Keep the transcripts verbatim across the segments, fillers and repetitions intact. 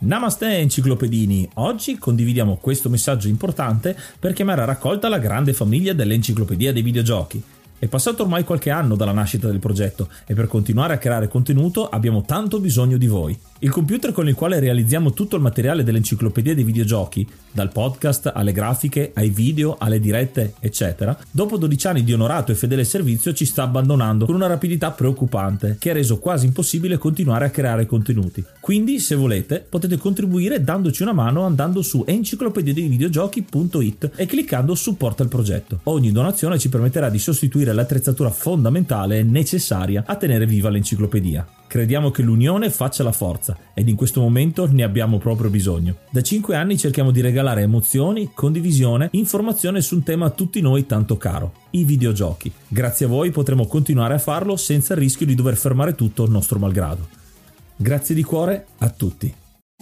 Namaste enciclopedini, oggi condividiamo questo messaggio importante per chiamare a raccolta la grande famiglia dell'enciclopedia dei videogiochi. È passato ormai qualche anno dalla nascita del progetto e per continuare a creare contenuto abbiamo tanto bisogno di voi. Il computer con il quale realizziamo tutto il materiale dell'enciclopedia dei videogiochi, dal podcast alle grafiche, ai video, alle dirette, eccetera, dopo dodici anni di onorato e fedele servizio ci sta abbandonando con una rapidità preoccupante che ha reso quasi impossibile continuare a creare contenuti. Quindi, se volete, potete contribuire dandoci una mano andando su enciclopedia dei videogiochi punto it e cliccando supporta il progetto. Ogni donazione ci permetterà di sostituire l'attrezzatura fondamentale e necessaria a tenere viva l'enciclopedia. Crediamo che l'unione faccia la forza ed in questo momento ne abbiamo proprio bisogno. Da cinque anni cerchiamo di regalare emozioni, condivisione, informazione su un tema a tutti noi tanto caro, i videogiochi. Grazie a voi potremo continuare a farlo senza il rischio di dover fermare tutto nostro malgrado. Grazie di cuore a tutti.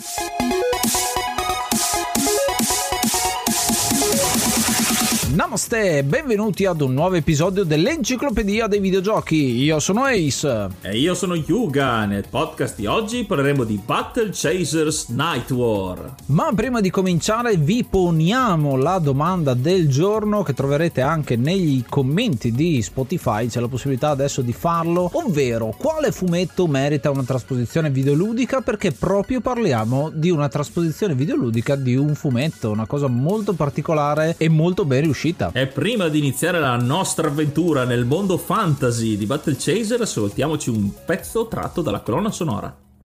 Namaste, benvenuti ad un nuovo episodio dell'Enciclopedia dei Videogiochi. Io sono Ace. E io sono Yuga. Nel podcast di oggi parleremo di Battle Chasers Night War. Ma prima di cominciare vi poniamo la domanda del giorno che troverete anche nei commenti di Spotify, c'è la possibilità adesso di farlo, ovvero quale fumetto merita una trasposizione videoludica, perché proprio parliamo di una trasposizione videoludica di un fumetto, una cosa molto particolare e molto ben riuscita. E prima di iniziare la nostra avventura nel mondo fantasy di Battle Chaser, ascoltiamoci un pezzo tratto dalla colonna sonora.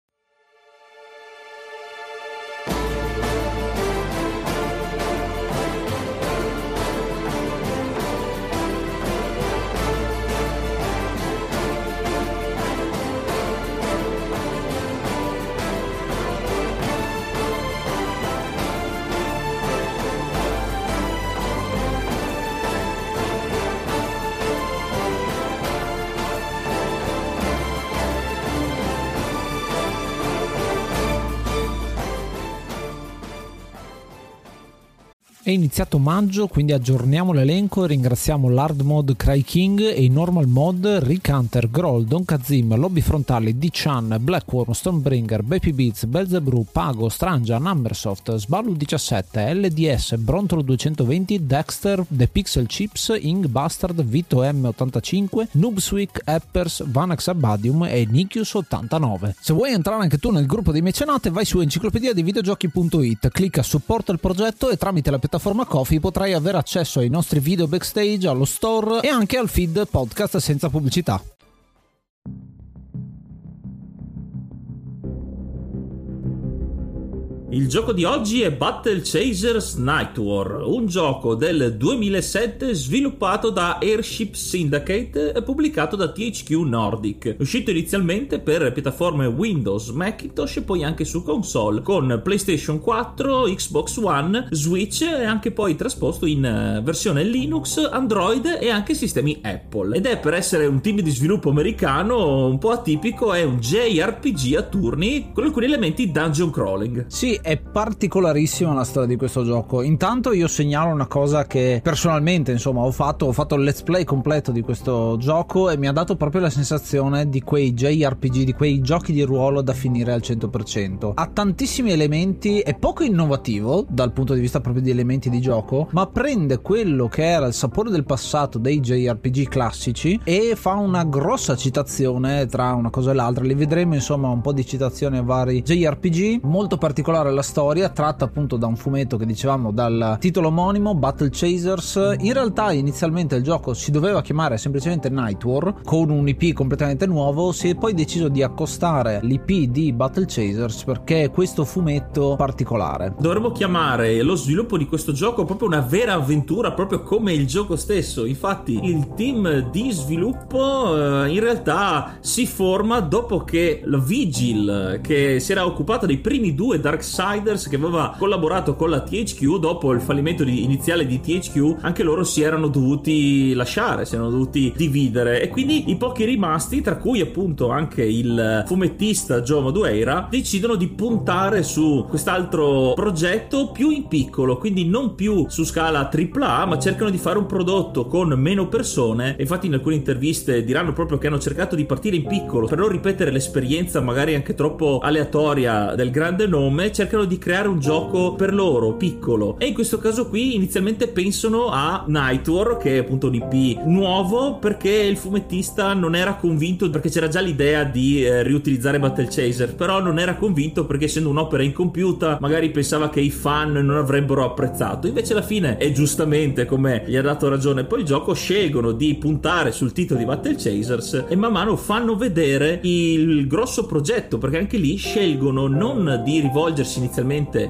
È iniziato maggio, quindi aggiorniamo l'elenco e ringraziamo l'Hard Mode Cry King e i Normal Mode Rick Hunter, Groll, Don Kazim, Lobby Frontali, D-Chan, Blackworm, Stonebringer, Baby Beats, Belzebrew, Pago, Strangia, Numbersoft, Sballu diciassette, L D S, Brontolo duecentoventi, Dexter, The Pixel Chips, Ink Bastard, Vito M ottantacinque, Noobswick, Eppers, Vanax Abadium e Nikius ottantanove. Se vuoi entrare anche tu nel gruppo dei mecenate, vai su enciclopedia dei videogiochi punto it, clicca supporta il progetto e tramite la piattaforma Coffee potrai avere accesso ai nostri video backstage, allo store e anche al feed podcast senza pubblicità. Il gioco di oggi è Battle Chasers Night War, un gioco del duemilasette sviluppato da Airship Syndicate e pubblicato da T H Q Nordic, uscito inizialmente per piattaforme Windows, Macintosh e poi anche su console con PlayStation quattro, Xbox One, Switch e anche poi trasposto in versione Linux, Android e anche sistemi Apple. Ed è, per essere un team di sviluppo americano un po' atipico, è un J R P G a turni con alcuni elementi dungeon crawling. Sì, è particolarissima la storia di questo gioco. Intanto io segnalo una cosa che personalmente insomma ho fatto ho fatto il let's play completo di questo gioco e mi ha dato proprio la sensazione di quei J R P G, di quei giochi di ruolo da finire al cento per cento. Ha tantissimi elementi, è poco innovativo dal punto di vista proprio di elementi di gioco, ma prende quello che era il sapore del passato dei J R P G classici e fa una grossa citazione tra una cosa e l'altra. Li vedremo insomma un po' di citazioni a vari J R P G. Molto particolare la storia, tratta appunto da un fumetto che dicevamo dal titolo omonimo Battle Chasers. In realtà inizialmente il gioco si doveva chiamare semplicemente Night War con un I P completamente nuovo, si è poi deciso di accostare l'I P di Battle Chasers perché è questo fumetto particolare. Dovremmo chiamare lo sviluppo di questo gioco proprio una vera avventura, proprio come il gioco stesso. Infatti il team di sviluppo eh, in realtà si forma dopo che la Vigil, che si era occupata dei primi due Dark Darksiders, che aveva collaborato con la T H Q. Dopo il fallimento di, iniziale di T H Q, anche loro si erano dovuti lasciare, si erano dovuti dividere, e quindi i pochi rimasti, tra cui appunto anche il fumettista Joe Madureira, decidono di puntare su quest'altro progetto più in piccolo, quindi non più su scala tripla A, ma cercano di fare un prodotto con meno persone. E infatti in alcune interviste diranno proprio che hanno cercato di partire in piccolo per non ripetere l'esperienza magari anche troppo aleatoria del grande nome, cercano di creare un gioco per loro piccolo, e in questo caso qui inizialmente pensano a Nightwar, che è appunto un I P nuovo, perché il fumettista non era convinto, perché c'era già l'idea di eh, riutilizzare Battle Chaser, però non era convinto perché essendo un'opera incompiuta magari pensava che i fan non avrebbero apprezzato. Invece alla fine, e giustamente come gli ha dato ragione poi il gioco, scelgono di puntare sul titolo di Battle Chasers e man mano fanno vedere il grosso progetto, perché anche lì scelgono non di rivolgersi inizialmente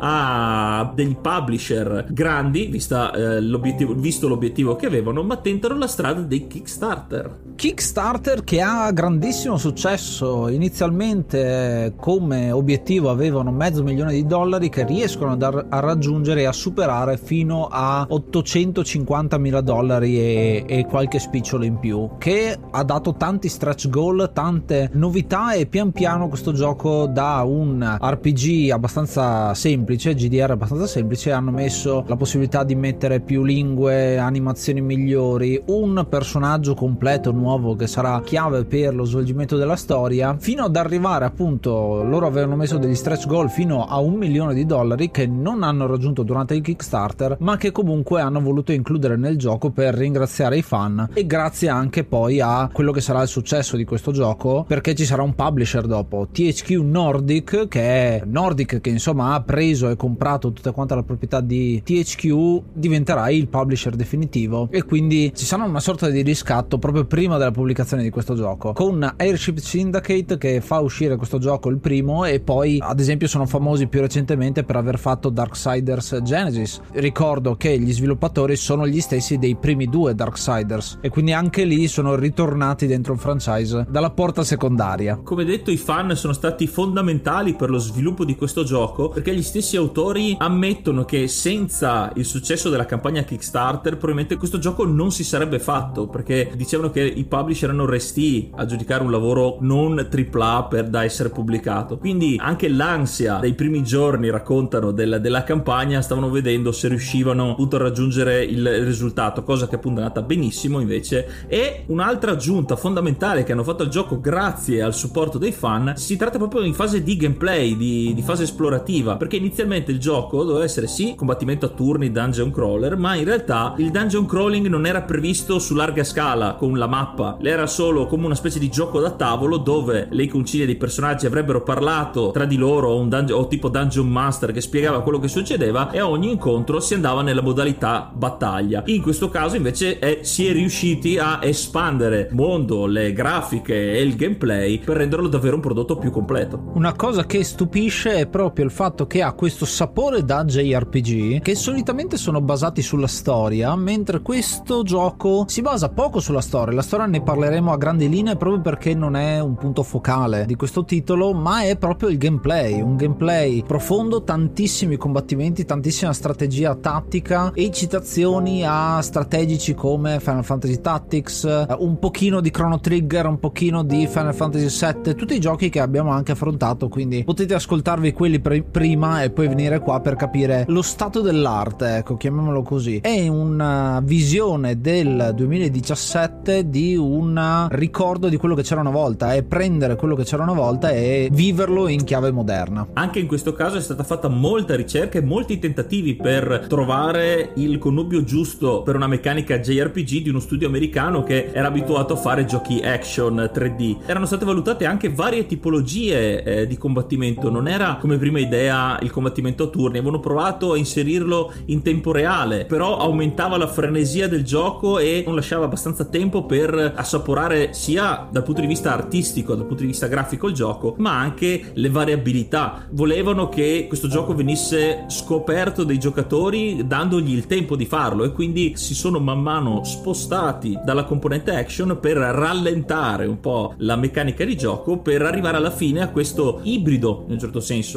a degli publisher grandi, vista, eh, l'obiettivo, visto l'obiettivo che avevano, ma tentano la strada dei Kickstarter. Kickstarter che ha grandissimo successo. Inizialmente come obiettivo avevano mezzo milione di dollari, che riescono a, a raggiungere e a superare fino a ottocentocinquantamila dollari e, e qualche spicciolo in più, che ha dato tanti stretch goal, tante novità, e pian piano questo gioco da un R P G abbastanza semplice, G D R abbastanza semplice, hanno messo la possibilità di mettere più lingue, animazioni migliori, un personaggio completo nuovo che sarà chiave per lo svolgimento della storia, fino ad arrivare appunto, loro avevano messo degli stretch goal fino a un milione di dollari che non hanno raggiunto durante il Kickstarter, ma che comunque hanno voluto includere nel gioco per ringraziare i fan, e grazie anche poi a quello che sarà il successo di questo gioco, perché ci sarà un publisher dopo, T H Q Nordic, che è Nordic che insomma ha preso e comprato tutta quanta la proprietà di T H Q, diventerà il publisher definitivo, e quindi ci sarà una sorta di riscatto proprio prima della pubblicazione di questo gioco, con Airship Syndicate che fa uscire questo gioco il primo, e poi ad esempio sono famosi più recentemente per aver fatto Darksiders Genesis. Ricordo che gli sviluppatori sono gli stessi dei primi due Darksiders, e quindi anche lì sono ritornati dentro il franchise dalla porta secondaria. Come detto, i fan sono stati fondamentali per lo sviluppo di questo gioco, perché gli stessi autori ammettono che senza il successo della campagna Kickstarter probabilmente questo gioco non si sarebbe fatto, perché dicevano che i publisher erano restii a giudicare un lavoro non tripla A per da essere pubblicato. Quindi anche l'ansia dei primi giorni, raccontano, del, della campagna, stavano vedendo se riuscivano appunto a raggiungere il risultato, cosa che appunto è andata benissimo invece. E un'altra aggiunta fondamentale che hanno fatto al gioco grazie al supporto dei fan, si tratta proprio in fase di gameplay, di, di fase esplorativa, perché inizialmente il gioco doveva essere sì combattimento a turni, dungeon crawler, ma in realtà il dungeon crawling non era previsto su larga scala con la mappa, era solo come una specie di gioco da tavolo dove le iconcine dei personaggi avrebbero parlato tra di loro, o un dungeon, o tipo dungeon master che spiegava quello che succedeva, e a ogni incontro si andava nella modalità battaglia. In questo caso invece è, si è riusciti a espandere il mondo, le grafiche e il gameplay per renderlo davvero un prodotto più completo. Una cosa che stupisce è proprio il fatto che ha questo sapore da J R P G, che solitamente sono basati sulla storia, mentre questo gioco si basa poco sulla storia. La storia ne parleremo a grandi linee proprio perché non è un punto focale di questo titolo, ma è proprio il gameplay, un gameplay profondo, tantissimi combattimenti, tantissima strategia tattica e citazioni a strategici come Final Fantasy Tactics, un pochino di Chrono Trigger, un pochino di Final Fantasy sette, tutti i giochi che abbiamo anche affrontato, quindi potete ascoltarvi quelli pr- prima e poi venire qua per capire lo stato dell'arte, ecco, chiamiamolo così. È una visione del duemiladiciassette di un ricordo di quello che c'era una volta, è prendere quello che c'era una volta e viverlo in chiave moderna. Anche in questo caso è stata fatta molta ricerca e molti tentativi per trovare il connubio giusto per una meccanica J R P G di uno studio americano che era abituato a fare giochi action tre D. Erano state valutate anche varie tipologie eh, di combattimento, non era come prima idea il combattimento a turni, avevano provato a inserirlo in tempo reale, però aumentava la frenesia del gioco e non lasciava abbastanza tempo per assaporare sia dal punto di vista artistico, dal punto di vista grafico il gioco, ma anche le variabilità. Volevano che questo gioco venisse scoperto dai giocatori dandogli il tempo di farlo, e quindi si sono man mano spostati dalla componente action per rallentare un po' la meccanica di gioco, per arrivare alla fine a questo ibrido in un certo senso, che comunque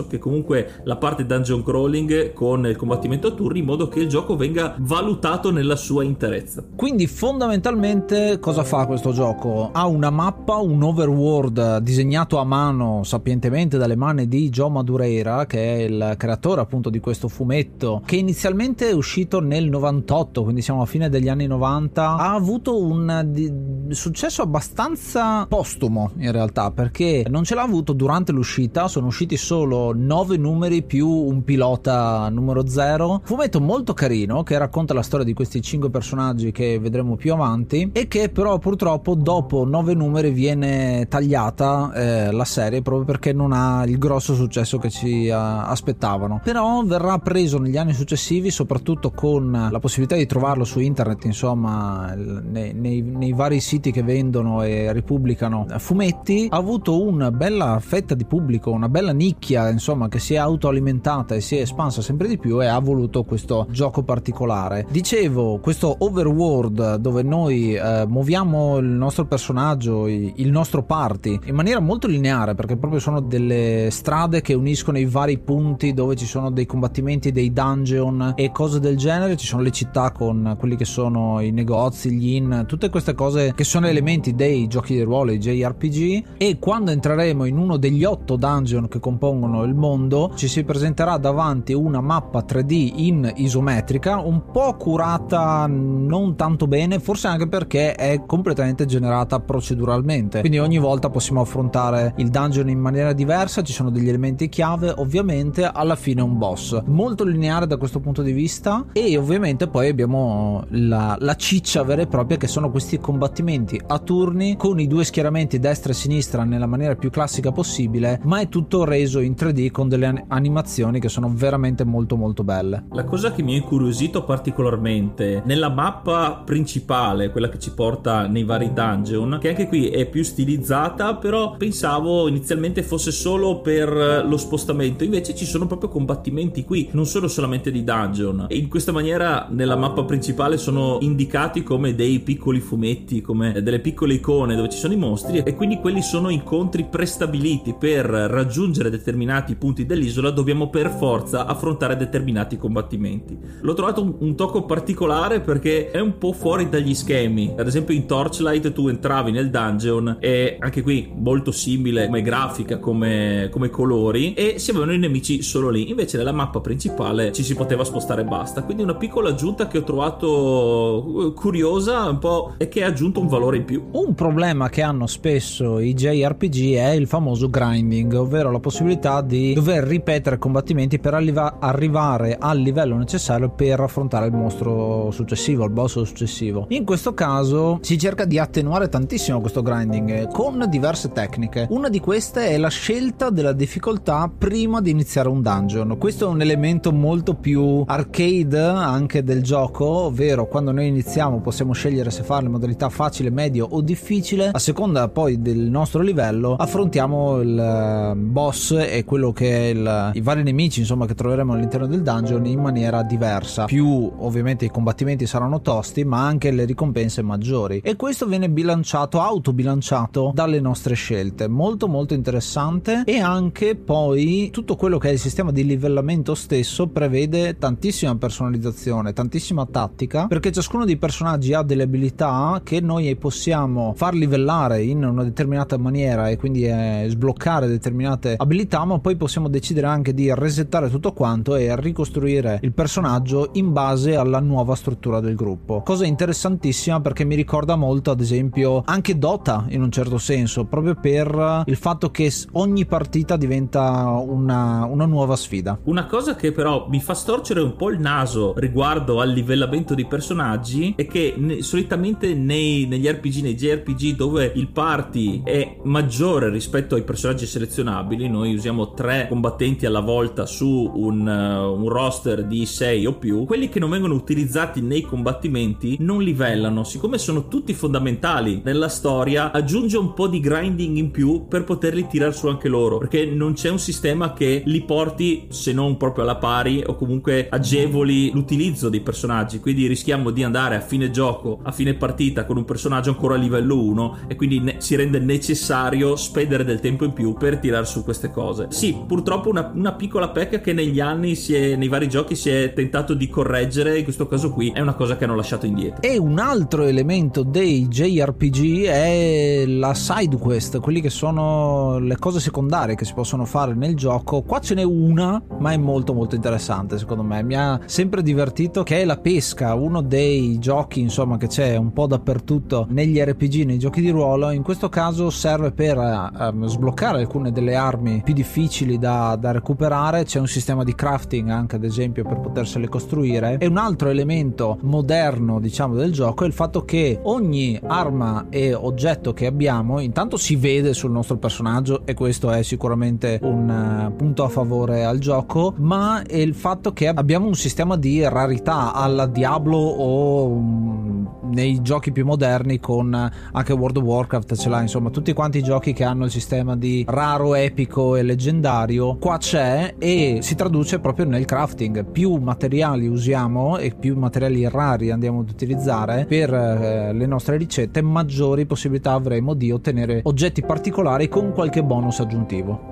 comunque la parte dungeon crawling con il combattimento a turni, in modo che il gioco venga valutato nella sua interezza. Quindi fondamentalmente cosa fa questo gioco? Ha una mappa, un overworld disegnato a mano sapientemente dalle mani di Joe Madureira, che è il creatore appunto di questo fumetto, che inizialmente è uscito nel novantotto, quindi siamo a fine degli anni novanta. Ha avuto un di- successo abbastanza postumo in realtà, perché non ce l'ha avuto durante l'uscita, sono usciti solo nove numeri più un pilota numero zero, fumetto molto carino che racconta la storia di questi cinque personaggi che vedremo più avanti, e che però purtroppo dopo nove numeri viene tagliata eh, la serie proprio perché non ha il grosso successo che ci uh, aspettavano. Però verrà preso negli anni successivi, soprattutto con la possibilità di trovarlo su internet, insomma nei, nei, nei vari siti che vendono e ripubblicano fumetti. Ha avuto una bella fetta di pubblico, una bella nicchia insomma che si è autoalimentata e si è espansa sempre di più, e ha voluto questo gioco particolare. Dicevo, questo overworld dove noi eh, muoviamo il nostro personaggio, il nostro party in maniera molto lineare, perché proprio sono delle strade che uniscono i vari punti dove ci sono dei combattimenti, dei dungeon e cose del genere. Ci sono le città con quelli che sono i negozi, gli inn, tutte queste cose che sono elementi dei giochi di ruolo, i J R P G. E quando entreremo in uno degli otto dungeon che compongono il mondo, ci si presenterà davanti una mappa tre D in isometrica, un po' curata non tanto bene, forse anche perché è completamente generata proceduralmente, quindi ogni volta possiamo affrontare il dungeon in maniera diversa. Ci sono degli elementi chiave, ovviamente alla fine un boss molto lineare da questo punto di vista, e ovviamente poi abbiamo la, la ciccia vera e propria, che sono questi combattimenti a turni con i due schieramenti destra e sinistra nella maniera più classica possibile, ma è tutto reso in tre D con delle animazioni che sono veramente molto molto belle. La cosa che mi ha incuriosito particolarmente nella mappa principale, quella che ci porta nei vari dungeon, che anche qui è più stilizzata, però pensavo inizialmente fosse solo per lo spostamento, invece ci sono proprio combattimenti qui, non sono solamente di dungeon, e in questa maniera nella mappa principale sono indicati come dei piccoli fumetti, come delle piccole icone dove ci sono i mostri, e quindi quelli sono incontri prestabiliti. Per raggiungere determinati punti dell'isola dobbiamo per forza affrontare determinati combattimenti. L'ho trovato un, un tocco particolare perché è un po' fuori dagli schemi. Ad esempio in Torchlight tu entravi nel dungeon e anche qui molto simile come grafica, come, come colori, e si avevano i nemici solo lì. Invece nella mappa principale ci si poteva spostare e basta. Quindi una piccola aggiunta che ho trovato curiosa un po', e che ha aggiunto un valore in più. Un problema che hanno spesso i J R P G è il famoso grinding, ovvero la possibilità di dover ripetere combattimenti per arriva- arrivare al livello necessario per affrontare il mostro successivo, il boss successivo. In questo caso si cerca di attenuare tantissimo questo grinding con diverse tecniche. Una di queste è la scelta della difficoltà prima di iniziare un dungeon. Questo è un elemento molto più arcade anche del gioco, ovvero quando noi iniziamo possiamo scegliere se farlo in modalità facile, medio o difficile. A seconda poi del nostro livello affrontiamo il boss e quello che è il, i vari nemici insomma che troveremo all'interno del dungeon in maniera diversa. Più ovviamente i combattimenti saranno tosti, ma anche le ricompense maggiori, e questo viene bilanciato, autobilanciato dalle nostre scelte. Molto molto interessante. E anche poi tutto quello che è il sistema di livellamento stesso prevede tantissima personalizzazione, tantissima tattica, perché ciascuno dei personaggi ha delle abilità che noi possiamo far livellare in una determinata maniera e quindi eh, sbloccare determinate abilità, ma poi possiamo decidere anche di resettare tutto quanto e ricostruire il personaggio in base alla nuova struttura del gruppo. Cosa interessantissima, perché mi ricorda molto ad esempio anche Dota in un certo senso, proprio per il fatto che ogni partita diventa una, una nuova sfida. Una cosa che però mi fa storcere un po' il naso riguardo al livellamento dei personaggi è che ne, solitamente nei, negli R P G, nei J R P G dove il party è maggiore rispetto ai personaggi selezionabili, noi usiamo tre combattenti alla volta su un, uh, un roster di sei o più, quelli che non vengono utilizzati nei combattimenti non livellano. Siccome sono tutti fondamentali nella storia, aggiunge un po' di grinding in più per poterli tirare su anche loro, perché non c'è un sistema che li porti, se non proprio alla pari, o comunque agevoli l'utilizzo dei personaggi. Quindi rischiamo di andare a fine gioco, a fine partita con un personaggio ancora a livello uno, e quindi ne- si rende necessario spendere del tempo in più per tirare su queste cose. Sì, purtroppo purtroppo una, una piccola pecca che negli anni si è, nei vari giochi si è tentato di correggere. In questo caso qui è una cosa che hanno lasciato indietro. E un altro elemento dei J R P G è la side quest, quelli che sono le cose secondarie che si possono fare nel gioco. Qua ce n'è una, ma è molto molto interessante secondo me, mi ha sempre divertito, che è la pesca, uno dei giochi insomma che c'è un po' dappertutto negli R P G, nei giochi di ruolo. In questo caso serve per um, sbloccare alcune delle armi più difficili da, da recuperare. C'è un sistema di crafting anche ad esempio per potersele costruire, e un altro elemento moderno diciamo del gioco è il fatto che ogni arma e oggetto che abbiamo intanto si vede sul nostro personaggio, e questo è sicuramente un uh, punto a favore al gioco, ma è il fatto che abbiamo un sistema di rarità alla Diablo o um, nei giochi più moderni, con anche World of Warcraft ce l'ha, insomma tutti quanti i giochi che hanno il sistema di raro, epico e leggendario qua c'è, e si traduce proprio nel crafting. Più materiali usiamo e più materiali rari andiamo ad utilizzare per eh, le nostre ricette, maggiori possibilità avremo di ottenere oggetti particolari con qualche bonus aggiuntivo.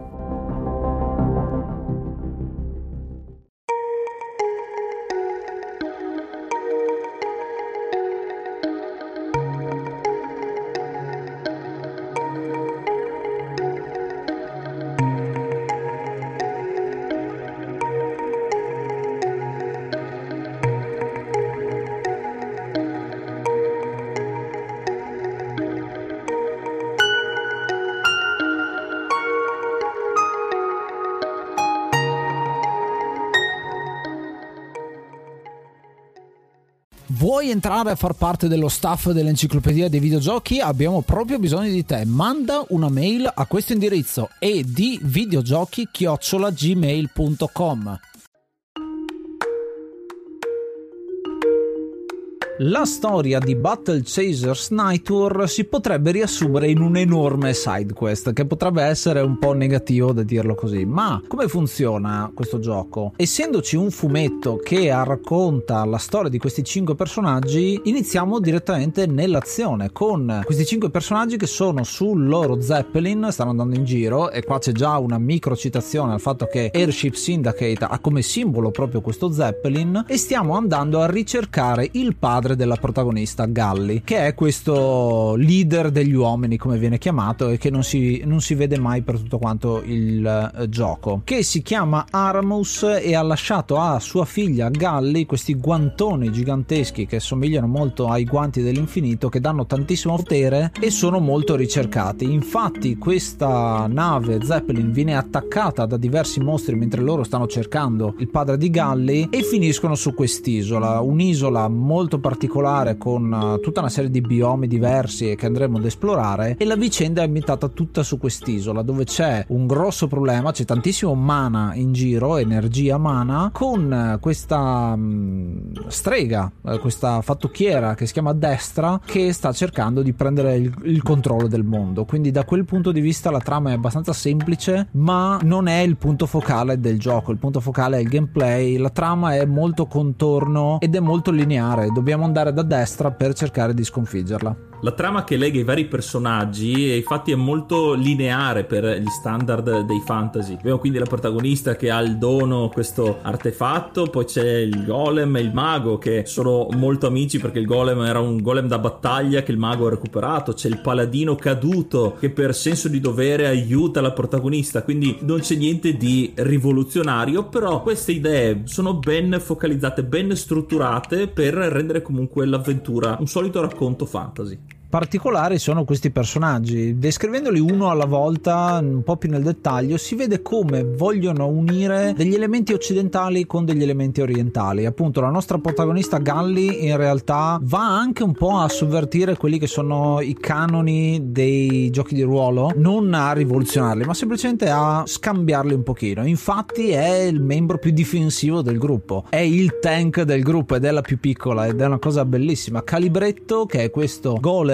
Vuoi entrare a far parte dello staff dell'Enciclopedia dei Videogiochi? Abbiamo proprio bisogno di te. Manda una mail a questo indirizzo: e di videogiochi chiocciola gmail punto com. La storia di Battle Chasers Night Tour si potrebbe riassumere in un enorme side quest, che potrebbe essere un po' negativo da dirlo così, ma come funziona questo gioco? Essendoci un fumetto che racconta la storia di questi cinque personaggi, iniziamo direttamente nell'azione con questi cinque personaggi che sono sul loro Zeppelin, stanno andando in giro, e qua c'è già una micro citazione al fatto che Airship Syndicate ha come simbolo proprio questo Zeppelin, e stiamo andando a ricercare il padre della protagonista, Gully, che è questo leader degli uomini come viene chiamato, e che non si, non si vede mai per tutto quanto il uh, gioco, che si chiama Aramus e ha lasciato a sua figlia Gully questi guantoni giganteschi che somigliano molto ai guanti dell'infinito, che danno tantissimo potere e sono molto ricercati. Infatti questa nave Zeppelin viene attaccata da diversi mostri mentre loro stanno cercando il padre di Gully, e finiscono su quest'isola, un'isola molto particolare con uh, tutta una serie di biomi diversi che andremo ad esplorare, e la vicenda è ambientata tutta su quest'isola, dove c'è un grosso problema, c'è tantissimo mana in giro, energia mana, con uh, questa um, strega, uh, questa fattucchiera che si chiama Destra, che sta cercando di prendere il, il controllo del mondo. Quindi da quel punto di vista la trama è abbastanza semplice, ma non è il punto focale del gioco. Il punto focale è il gameplay, la trama è molto contorno ed è molto lineare, dobbiamo andare da destra per cercare di sconfiggerla. La trama che lega i vari personaggi e infatti è molto lineare per gli standard dei fantasy. Abbiamo quindi la protagonista che ha il dono, questo artefatto, poi c'è il golem e il mago che sono molto amici perché il golem era un golem da battaglia che il mago ha recuperato, c'è il paladino caduto che per senso di dovere aiuta la protagonista, quindi non c'è niente di rivoluzionario, però queste idee sono ben focalizzate, ben strutturate per rendere comunque l'avventura un solito racconto fantasy. Particolari sono questi personaggi. Descrivendoli uno alla volta un po' più nel dettaglio, si vede come vogliono unire degli elementi occidentali con degli elementi orientali. Appunto la nostra protagonista Gully in realtà va anche un po' a sovvertire quelli che sono i canoni dei giochi di ruolo, non a rivoluzionarli ma semplicemente a scambiarli un pochino. Infatti è il membro più difensivo del gruppo, è il tank del gruppo ed è la più piccola, ed è una cosa bellissima. Calibretto, che è questo golem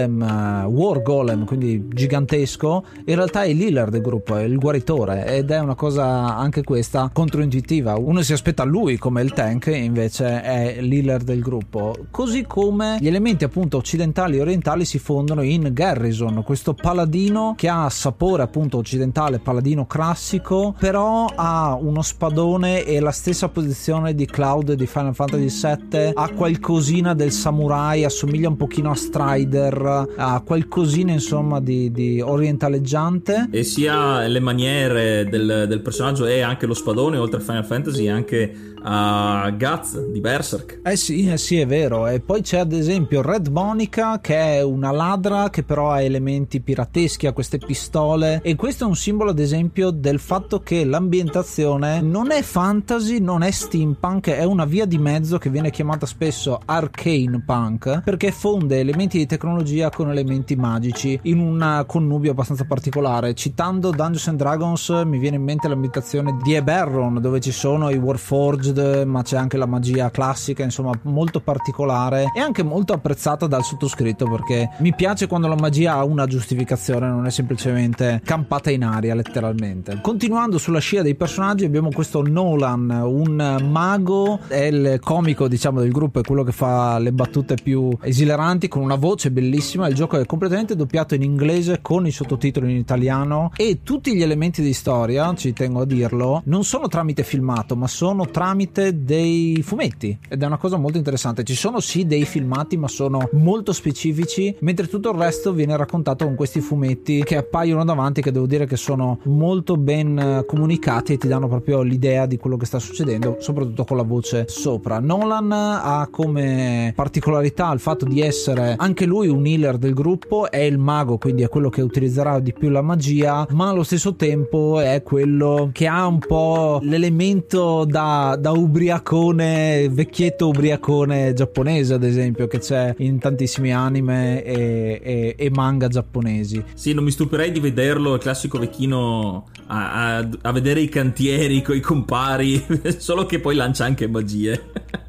golem, uh, war golem, quindi gigantesco, in realtà è l'healer del gruppo, è il guaritore, ed è una cosa anche questa controintuitiva. Uno si aspetta lui come il tank, invece è l'healer del gruppo. Così come gli elementi appunto occidentali e orientali si fondono in Garrison, questo paladino che ha sapore appunto occidentale, paladino classico, però ha uno spadone e la stessa posizione di Cloud di Final Fantasy sette, ha qualcosina del samurai, assomiglia un pochino a Strider, ha qualcosina insomma di, di orientaleggiante, e sia le maniere del, del personaggio e anche lo spadone, oltre a Final Fantasy anche a Guts di Berserk. Eh sì, eh sì, è vero. E poi c'è ad esempio Red Monica, che è una ladra che però ha elementi pirateschi, ha queste pistole, e questo è un simbolo ad esempio del fatto che l'ambientazione non è fantasy, non è steampunk, è una via di mezzo che viene chiamata spesso arcane punk, perché fonde elementi di tecnologia con elementi magici in un connubio abbastanza particolare. Citando Dungeons and Dragons mi viene in mente l'ambientazione di Eberron, dove ci sono i Warforged, ma c'è anche la magia classica, insomma molto particolare e anche molto apprezzata dal sottoscritto, perché mi piace quando la magia ha una giustificazione, non è semplicemente campata in aria letteralmente. Continuando sulla scia dei personaggi, abbiamo questo Nolan, un mago, è il comico diciamo del gruppo, è quello che fa le battute più esileranti, con una voce bellissima. Il gioco è completamente doppiato in inglese con i sottotitoli in italiano, e tutti gli elementi di storia, ci tengo a dirlo, non sono tramite filmato ma sono tramite dei fumetti, ed è una cosa molto interessante. Ci sono sì dei filmati ma sono molto specifici, mentre tutto il resto viene raccontato con questi fumetti che appaiono davanti, che devo dire che sono molto ben comunicati e ti danno proprio l'idea di quello che sta succedendo, soprattutto con la voce sopra. Nolan ha come particolarità il fatto di essere anche lui un healer del gruppo, è il mago, quindi è quello che utilizzerà di più la magia, ma allo stesso tempo è quello che ha un po' l'elemento da, da ubriacone, vecchietto ubriacone giapponese ad esempio, che c'è in tantissimi anime e, e, e manga giapponesi. Sì, non mi stupirei di vederlo, il classico vecchino a, a, a vedere i cantieri coi compari, solo che poi lancia anche magie.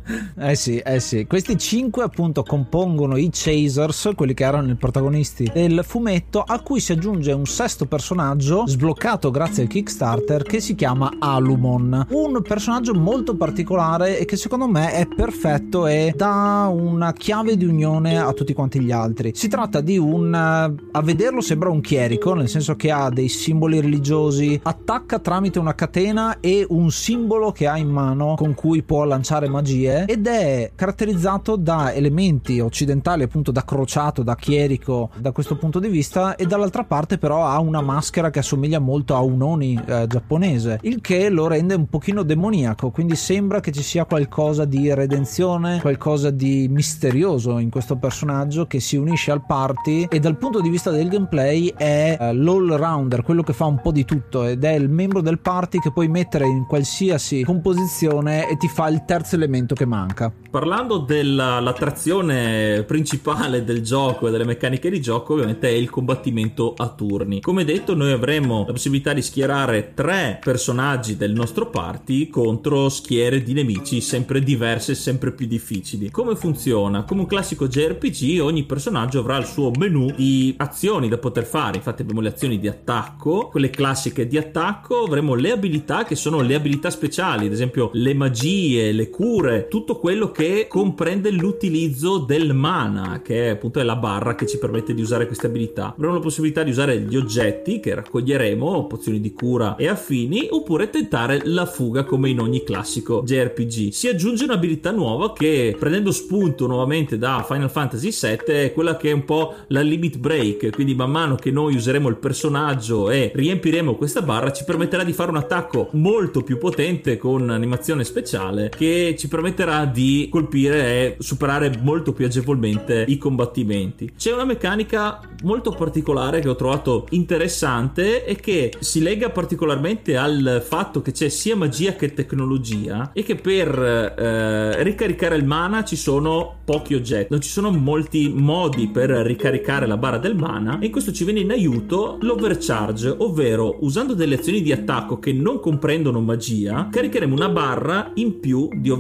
Eh sì, eh sì. Questi cinque appunto compongono i Chasers, quelli che erano i protagonisti del fumetto, a cui si aggiunge un sesto personaggio sbloccato grazie al Kickstarter, che si chiama Alumon, un personaggio molto particolare e che secondo me è perfetto e dà una chiave di unione a tutti quanti gli altri. Si tratta di un, a vederlo sembra un chierico, nel senso che ha dei simboli religiosi, attacca tramite una catena e un simbolo che ha in mano con cui può lanciare magie, ed è caratterizzato da elementi occidentali, appunto da crociato, da chierico da questo punto di vista, e dall'altra parte però ha una maschera che assomiglia molto a un Oni eh, giapponese, il che lo rende un pochino demoniaco, quindi sembra che ci sia qualcosa di redenzione, qualcosa di misterioso in questo personaggio che si unisce al party, e dal punto di vista del gameplay è eh, l'all rounder, quello che fa un po' di tutto, ed è il membro del party che puoi mettere in qualsiasi composizione e ti fa il terzo elemento che manca. Parlando dell'attrazione principale del gioco e delle meccaniche di gioco, ovviamente è il combattimento a turni. Come detto, noi avremo la possibilità di schierare tre personaggi del nostro party contro schiere di nemici sempre diverse e sempre più difficili. Come funziona? Come un classico J R P G, ogni personaggio avrà il suo menu di azioni da poter fare. Infatti abbiamo le azioni di attacco, quelle classiche di attacco, avremo le abilità che sono le abilità speciali, ad esempio le magie, le cure, tutto quello che comprende l'utilizzo del mana, che è appunto è la barra che ci permette di usare queste abilità. Avremo la possibilità di usare gli oggetti che raccoglieremo, pozioni di cura e affini, oppure tentare la fuga come in ogni classico J R P G. Si aggiunge un'abilità nuova che, prendendo spunto nuovamente da Final Fantasy sette, è quella che è un po' la limit break, quindi man mano che noi useremo il personaggio e riempiremo questa barra ci permetterà di fare un attacco molto più potente con animazione speciale che ci permetterà di colpire e superare molto più agevolmente i combattimenti. C'è una meccanica molto particolare che ho trovato interessante e che si lega particolarmente al fatto che c'è sia magia che tecnologia, e che per eh, ricaricare il mana ci sono pochi oggetti, non ci sono molti modi per ricaricare la barra del mana, e in questo ci viene in aiuto l'overcharge, ovvero usando delle azioni di attacco che non comprendono magia caricheremo una barra in più di overcharge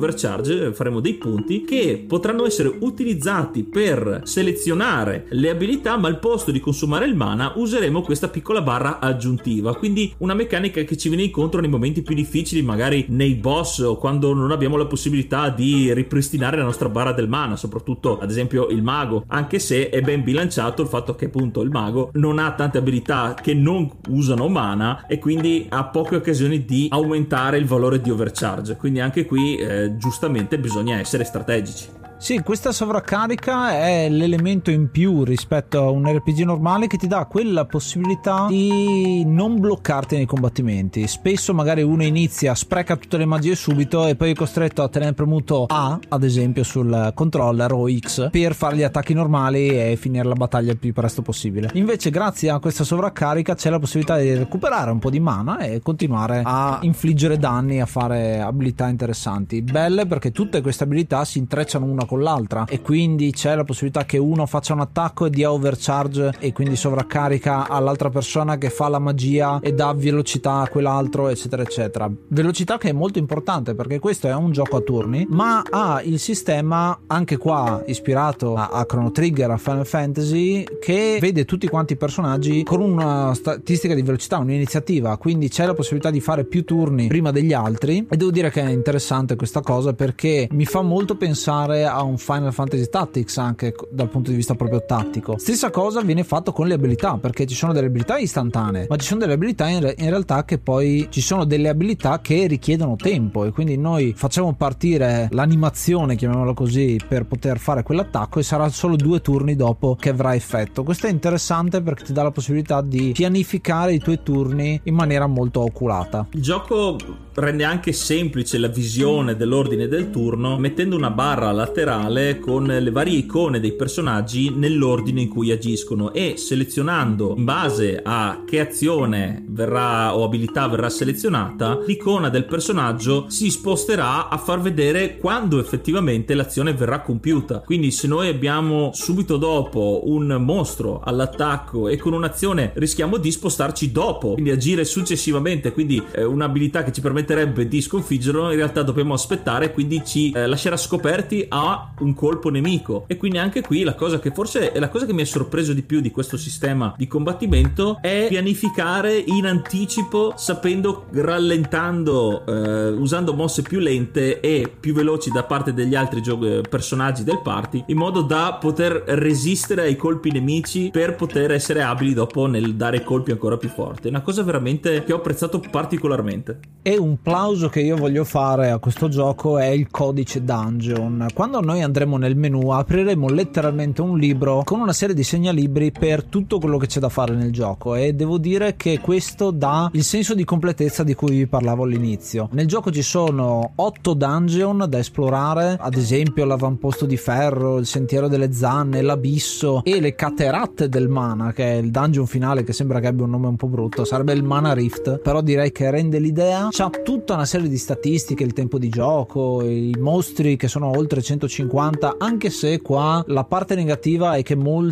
overcharge, faremo dei punti che potranno essere utilizzati per selezionare le abilità, ma al posto di consumare il mana useremo questa piccola barra aggiuntiva, quindi una meccanica che ci viene incontro nei momenti più difficili, magari nei boss o quando non abbiamo la possibilità di ripristinare la nostra barra del mana, soprattutto ad esempio il mago, anche se è ben bilanciato il fatto che appunto il mago non ha tante abilità che non usano mana e quindi ha poche occasioni di aumentare il valore di overcharge, quindi anche qui eh, giustamente bisogna essere strategici. Sì, questa sovraccarica è l'elemento in più rispetto a un R P G normale che ti dà quella possibilità di non bloccarti nei combattimenti. Spesso magari uno inizia, spreca tutte le magie subito e poi è costretto a tenere premuto A, ad esempio sul controller, o X per fare gli attacchi normali e finire la battaglia il più presto possibile. Invece grazie a questa sovraccarica c'è la possibilità di recuperare un po' di mana e continuare a infliggere danni, a fare abilità interessanti. Belle perché tutte queste abilità si intrecciano una con l'altra e quindi c'è la possibilità che uno faccia un attacco e dia overcharge e quindi sovraccarica all'altra persona che fa la magia e dà velocità a quell'altro, eccetera eccetera. Velocità che è molto importante perché questo è un gioco a turni, ma ha il sistema anche qua ispirato a, a Chrono Trigger, a Final Fantasy, che vede tutti quanti i personaggi con una statistica di velocità, un'iniziativa, quindi c'è la possibilità di fare più turni prima degli altri e devo dire che è interessante questa cosa perché mi fa molto pensare a un Final Fantasy Tactics anche dal punto di vista proprio tattico. Stessa cosa viene fatto con le abilità, perché ci sono delle abilità istantanee, ma ci sono delle abilità in, re- in realtà che poi ci sono delle abilità che richiedono tempo e quindi noi facciamo partire l'animazione, chiamiamola così, per poter fare quell'attacco e sarà solo due turni dopo che avrà effetto. Questo è interessante perché ti dà la possibilità di pianificare i tuoi turni in maniera molto oculata. Il gioco rende anche semplice la visione dell'ordine del turno mettendo una barra laterale con le varie icone dei personaggi nell'ordine in cui agiscono e selezionando in base a che azione verrà o abilità verrà selezionata, l'icona del personaggio si sposterà a far vedere quando effettivamente l'azione verrà compiuta. Quindi se noi abbiamo subito dopo un mostro all'attacco e con un'azione rischiamo di spostarci dopo, quindi agire successivamente, quindi eh, un'abilità che ci permetterebbe di sconfiggerlo in realtà dobbiamo aspettare, quindi ci eh, lascerà scoperti a un colpo nemico. E quindi anche qui la cosa che forse è la cosa che mi ha sorpreso di più di questo sistema di combattimento è pianificare in anticipo, sapendo, rallentando, eh, usando mosse più lente e più veloci da parte degli altri gio- personaggi del party, in modo da poter resistere ai colpi nemici per poter essere abili dopo nel dare colpi ancora più forti. È una cosa veramente che ho apprezzato particolarmente. E un plauso che io voglio fare a questo gioco è il codice dungeon. Quando noi andremo nel menu apriremo letteralmente un libro con una serie di segnalibri per tutto quello che c'è da fare nel gioco e devo dire che questo dà il senso di completezza di cui vi parlavo all'inizio. Nel gioco ci sono otto dungeon da esplorare, ad esempio l'avamposto di ferro, il sentiero delle zanne, l'abisso e le cateratte del mana, che è il dungeon finale che sembra che abbia un nome un po' brutto, sarebbe il Mana Rift, però direi che rende l'idea. C'ha tutta una serie di statistiche, il tempo di gioco, i mostri che sono oltre centocinquanta, anche se qua la parte negativa è che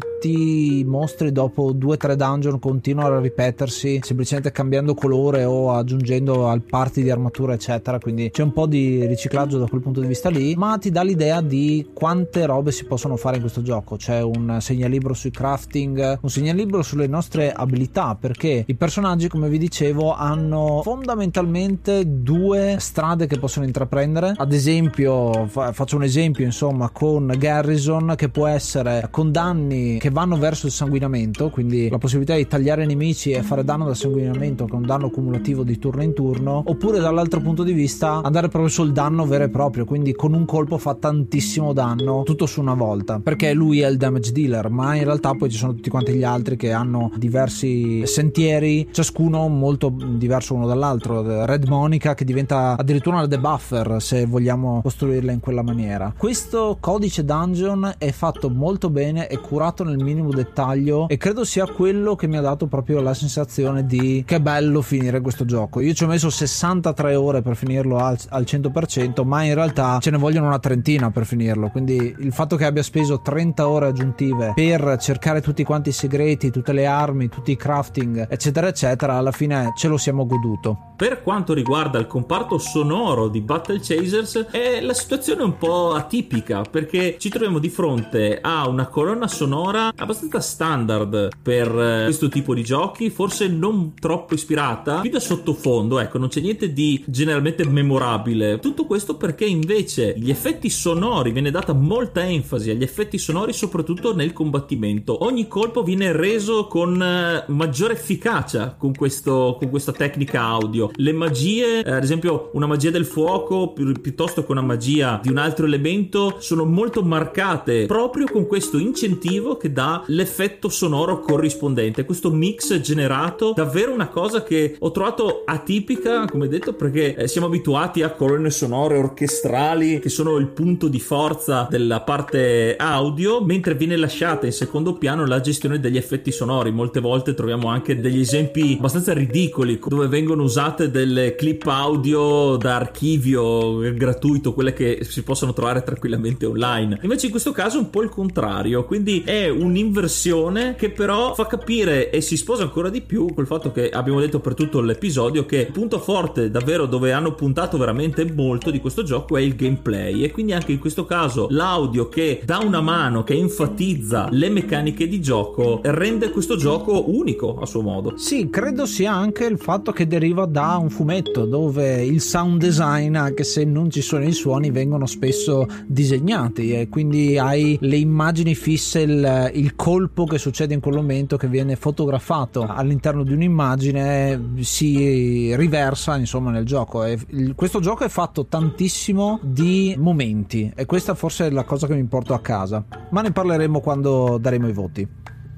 molti mostri dopo due o tre dungeon continuano a ripetersi semplicemente cambiando colore o aggiungendo al party di armatura eccetera, quindi c'è un po' di riciclaggio da quel punto di vista lì, ma ti dà l'idea di quante robe si possono fare in questo gioco. C'è un segnalibro sui crafting, un segnalibro sulle nostre abilità, perché i personaggi, come vi dicevo, hanno fondamentalmente due strade che possono intraprendere. Ad esempio, fa- faccio un esempio insomma con Garrison, che può essere con danni che vanno verso il sanguinamento, quindi la possibilità di tagliare i nemici e fare danno da sanguinamento con un danno cumulativo di turno in turno, oppure dall'altro punto di vista andare proprio sul danno vero e proprio, quindi con un colpo fa tantissimo danno tutto su una volta, perché lui è il damage dealer, ma in realtà poi ci sono tutti quanti gli altri che hanno diversi sentieri, ciascuno molto diverso uno dall'altro. Red Monica che diventa addirittura una debuffer se vogliamo costruirla in quella maniera. Questo codice dungeon è fatto molto bene, è curato nel minimo dettaglio e credo sia quello che mi ha dato proprio la sensazione di che bello finire questo gioco. Io ci ho messo sessantatré ore per finirlo al, al cento per cento, ma in realtà ce ne vogliono una trentina per finirlo, quindi il fatto che abbia speso trenta ore aggiuntive per cercare tutti quanti i segreti, tutte le armi, tutti i crafting eccetera eccetera, alla fine ce lo siamo goduto. Per quanto riguarda riguarda il comparto sonoro di Battle Chasers è la situazione un po' atipica, perché ci troviamo di fronte a una colonna sonora abbastanza standard per questo tipo di giochi, forse non troppo ispirata, più da sottofondo, ecco, non c'è niente di generalmente memorabile. Tutto questo perché invece gli effetti sonori, viene data molta enfasi agli effetti sonori, soprattutto nel combattimento. Ogni colpo viene reso con maggiore efficacia con questo con questa tecnica audio. Le magie, eh, ad esempio una magia del fuoco pi- piuttosto che una magia di un altro elemento, sono molto marcate proprio con questo incentivo che dà l'effetto sonoro corrispondente. Questo mix generato, davvero una cosa che ho trovato atipica, come detto, perché eh, siamo abituati a colonne sonore orchestrali che sono il punto di forza della parte audio, mentre viene lasciata in secondo piano la gestione degli effetti sonori. Molte volte troviamo anche degli esempi abbastanza ridicoli dove vengono usate delle clip audio da archivio gratuito, quelle che si possono trovare tranquillamente online. Invece in questo caso è un po' il contrario, quindi è un'inversione che però fa capire e si sposa ancora di più col fatto che abbiamo detto per tutto l'episodio che il punto forte davvero, dove hanno puntato veramente molto di questo gioco, è il gameplay, e quindi anche in questo caso l'audio che dà una mano, che enfatizza le meccaniche di gioco, rende questo gioco unico a suo modo. Sì, credo sia anche il fatto che deriva da un fumetto dove il sound design, anche se non ci sono i suoni, vengono spesso disegnati, e quindi hai le immagini fisse, il, il colpo che succede in quel momento che viene fotografato all'interno di un'immagine si riversa insomma nel gioco. E il, questo gioco è fatto tantissimo di momenti, e questa forse è la cosa che mi porto a casa, ma ne parleremo quando daremo i voti.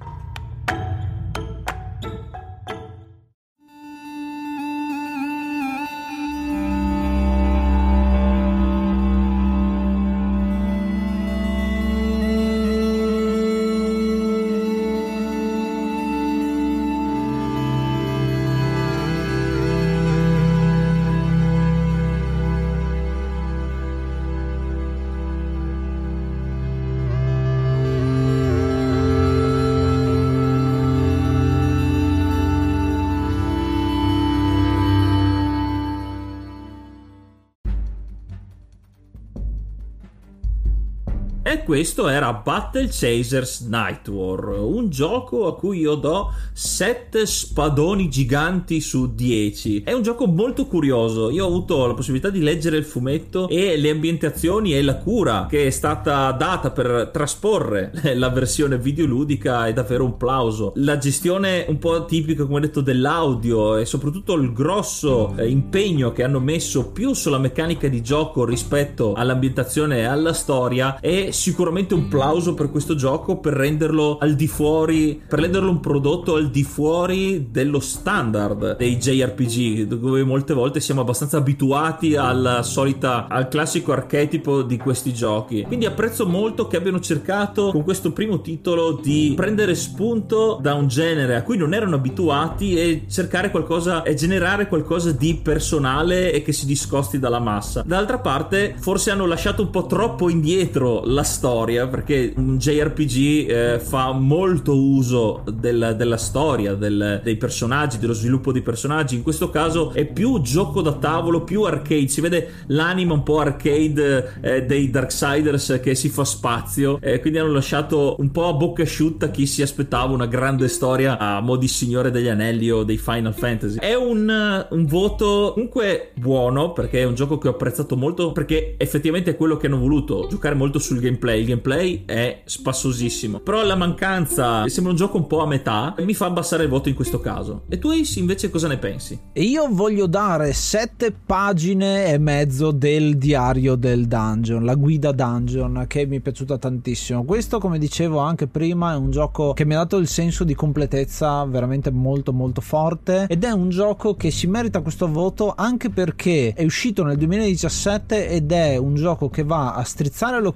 E questo era Battle Chasers Night War, un gioco a cui io do sette spadoni giganti su dieci. È un gioco molto curioso. Io ho avuto la possibilità di leggere il fumetto, e le ambientazioni e la cura che è stata data per trasporre la versione videoludica è davvero un plauso. La gestione un po' tipica, come detto, dell'audio, e soprattutto il grosso eh, impegno che hanno messo più sulla meccanica di gioco rispetto all'ambientazione e alla storia è sicuramente un plauso per questo gioco, per renderlo al di fuori, per renderlo un prodotto al di fuori dello standard dei J R P G, dove molte volte siamo abbastanza abituati alla solita, al classico archetipo di questi giochi. Quindi apprezzo molto che abbiano cercato con questo primo titolo di prendere spunto da un genere a cui non erano abituati e cercare qualcosa e generare qualcosa di personale e che si discosti dalla massa. D'altra parte forse hanno lasciato un po' troppo indietro la storia, perché un J R P G eh, fa molto uso del, della storia, del, dei personaggi, dello sviluppo dei personaggi. In questo caso è più gioco da tavolo, più arcade, si vede l'anima un po' arcade eh, dei Darksiders che si fa spazio, eh, quindi hanno lasciato un po' a bocca asciutta chi si aspettava una grande storia a mo' di Signore degli Anelli o dei Final Fantasy. È un, un voto comunque buono, perché è un gioco che ho apprezzato molto, perché effettivamente è quello che hanno voluto, giocare molto sul gameplay. Il gameplay è spassosissimo, però la mancanza, sembra un gioco un po' a metà, mi fa abbassare il voto in questo caso. E tu Ace invece cosa ne pensi? E io voglio dare sette pagine e mezzo del diario del dungeon, la guida dungeon, che mi è piaciuta tantissimo. Questo, come dicevo anche prima, è un gioco che mi ha dato il senso di completezza veramente molto molto forte, ed è un gioco che si merita questo voto anche perché è uscito nel duemiladiciassette ed è un gioco che va a strizzare l'occhiolino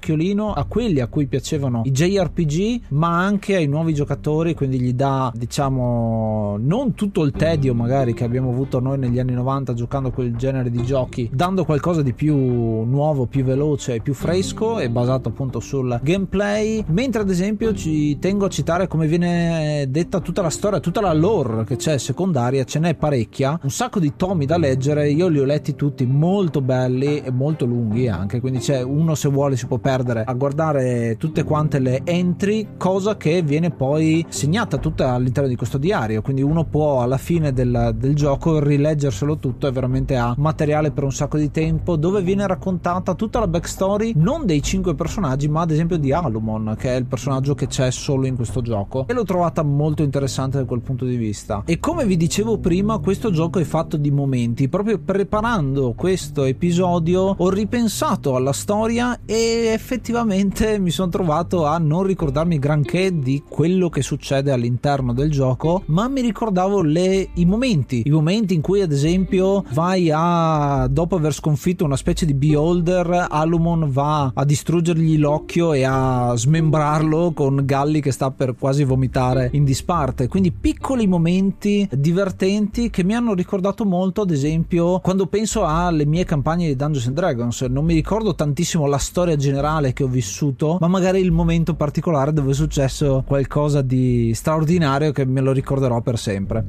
pochettino a quelli a cui piacevano i J R P G, ma anche ai nuovi giocatori, quindi gli dà, diciamo, non tutto il tedio magari che abbiamo avuto noi negli anni novanta giocando quel genere di giochi, dando qualcosa di più nuovo, più veloce e più fresco e basato appunto sul gameplay. Mentre ad esempio ci tengo a citare come viene detta tutta la storia, tutta la lore che c'è secondaria, ce n'è parecchia, un sacco di tomi da leggere, io li ho letti tutti, molto belli e molto lunghi anche, quindi c'è uno, se vuole si può perdere a guardare tutte quante le entry, cosa che viene poi segnata tutta all'interno di questo diario, quindi uno può alla fine del, del gioco rileggerselo tutto e veramente ha materiale per un sacco di tempo, dove viene raccontata tutta la backstory non dei cinque personaggi ma ad esempio di Alumon, che è il personaggio che c'è solo in questo gioco, e l'ho trovata molto interessante da quel punto di vista. E come vi dicevo prima, questo gioco è fatto di momenti. Proprio preparando questo episodio ho ripensato alla storia e effettivamente mi sono trovato a non ricordarmi granché di quello che succede all'interno del gioco, ma mi ricordavo le, i momenti i momenti in cui ad esempio vai a, dopo aver sconfitto una specie di beholder, Alumon va a distruggergli l'occhio e a smembrarlo con Galli che sta per quasi vomitare in disparte. Quindi piccoli momenti divertenti che mi hanno ricordato molto, ad esempio, quando penso alle mie campagne di Dungeons and Dragons. Non mi ricordo tantissimo la storia generale che ho vissuto, ma magari il momento particolare dove è successo qualcosa di straordinario che me lo ricorderò per sempre.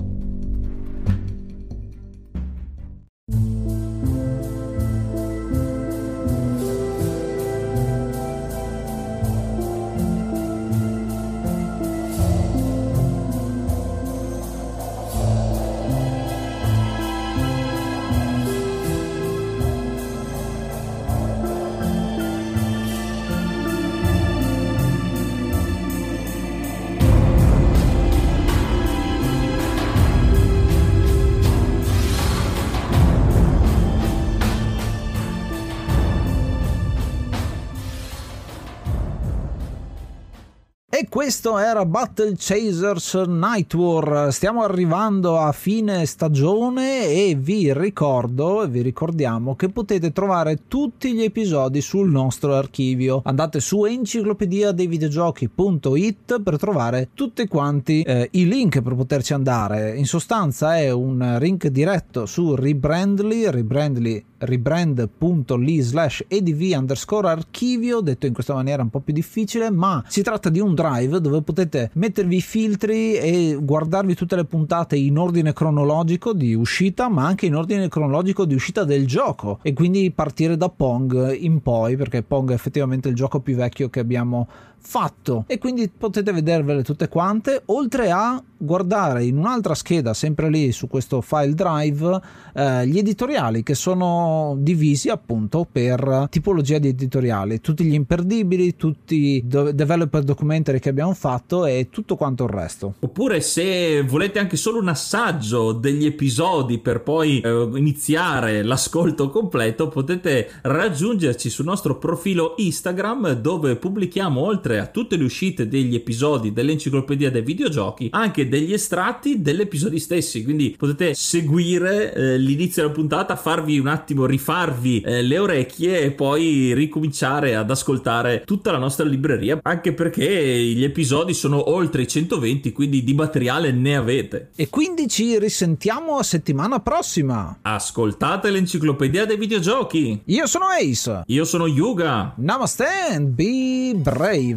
E questo era Battle Chasers Night War. Stiamo arrivando a fine stagione e vi ricordo e vi ricordiamo che potete trovare tutti gli episodi sul nostro archivio. Andate su enciclopedia dei videogiochi punto it per trovare tutti quanti eh, i link per poterci andare. In sostanza è un link diretto su Rebrandly, Rebrandly rebrand.ly slash edv underscore archivio, detto in questa maniera un po' più difficile, ma si tratta di un drive dove potete mettervi i filtri e guardarvi tutte le puntate in ordine cronologico di uscita, ma anche in ordine cronologico di uscita del gioco, e quindi partire da Pong in poi, perché Pong è effettivamente il gioco più vecchio che abbiamo fatto, e quindi potete vedervele tutte quante, oltre a guardare in un'altra scheda sempre lì su questo file drive eh, gli editoriali che sono divisi appunto per tipologia di editoriali, tutti gli imperdibili, tutti i developer documentary che abbiamo fatto e tutto quanto il resto. Oppure se volete anche solo un assaggio degli episodi per poi eh, iniziare l'ascolto completo, potete raggiungerci sul nostro profilo Instagram, dove pubblichiamo, oltre a tutte le uscite degli episodi dell'enciclopedia dei videogiochi, anche degli estratti degli episodi stessi, quindi potete seguire eh, l'inizio della puntata, farvi un attimo, rifarvi eh, le orecchie e poi ricominciare ad ascoltare tutta la nostra libreria, anche perché gli episodi sono oltre i centoventi, quindi di materiale ne avete. E quindi ci risentiamo a settimana prossima. Ascoltate l'enciclopedia dei videogiochi. Io sono Ace. Io sono Yuga. Namaste and be brave.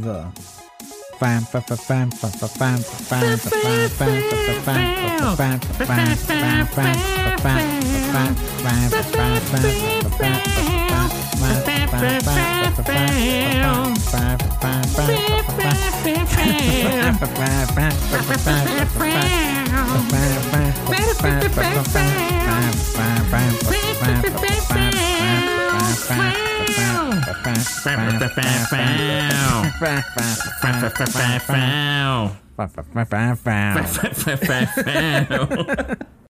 Wow.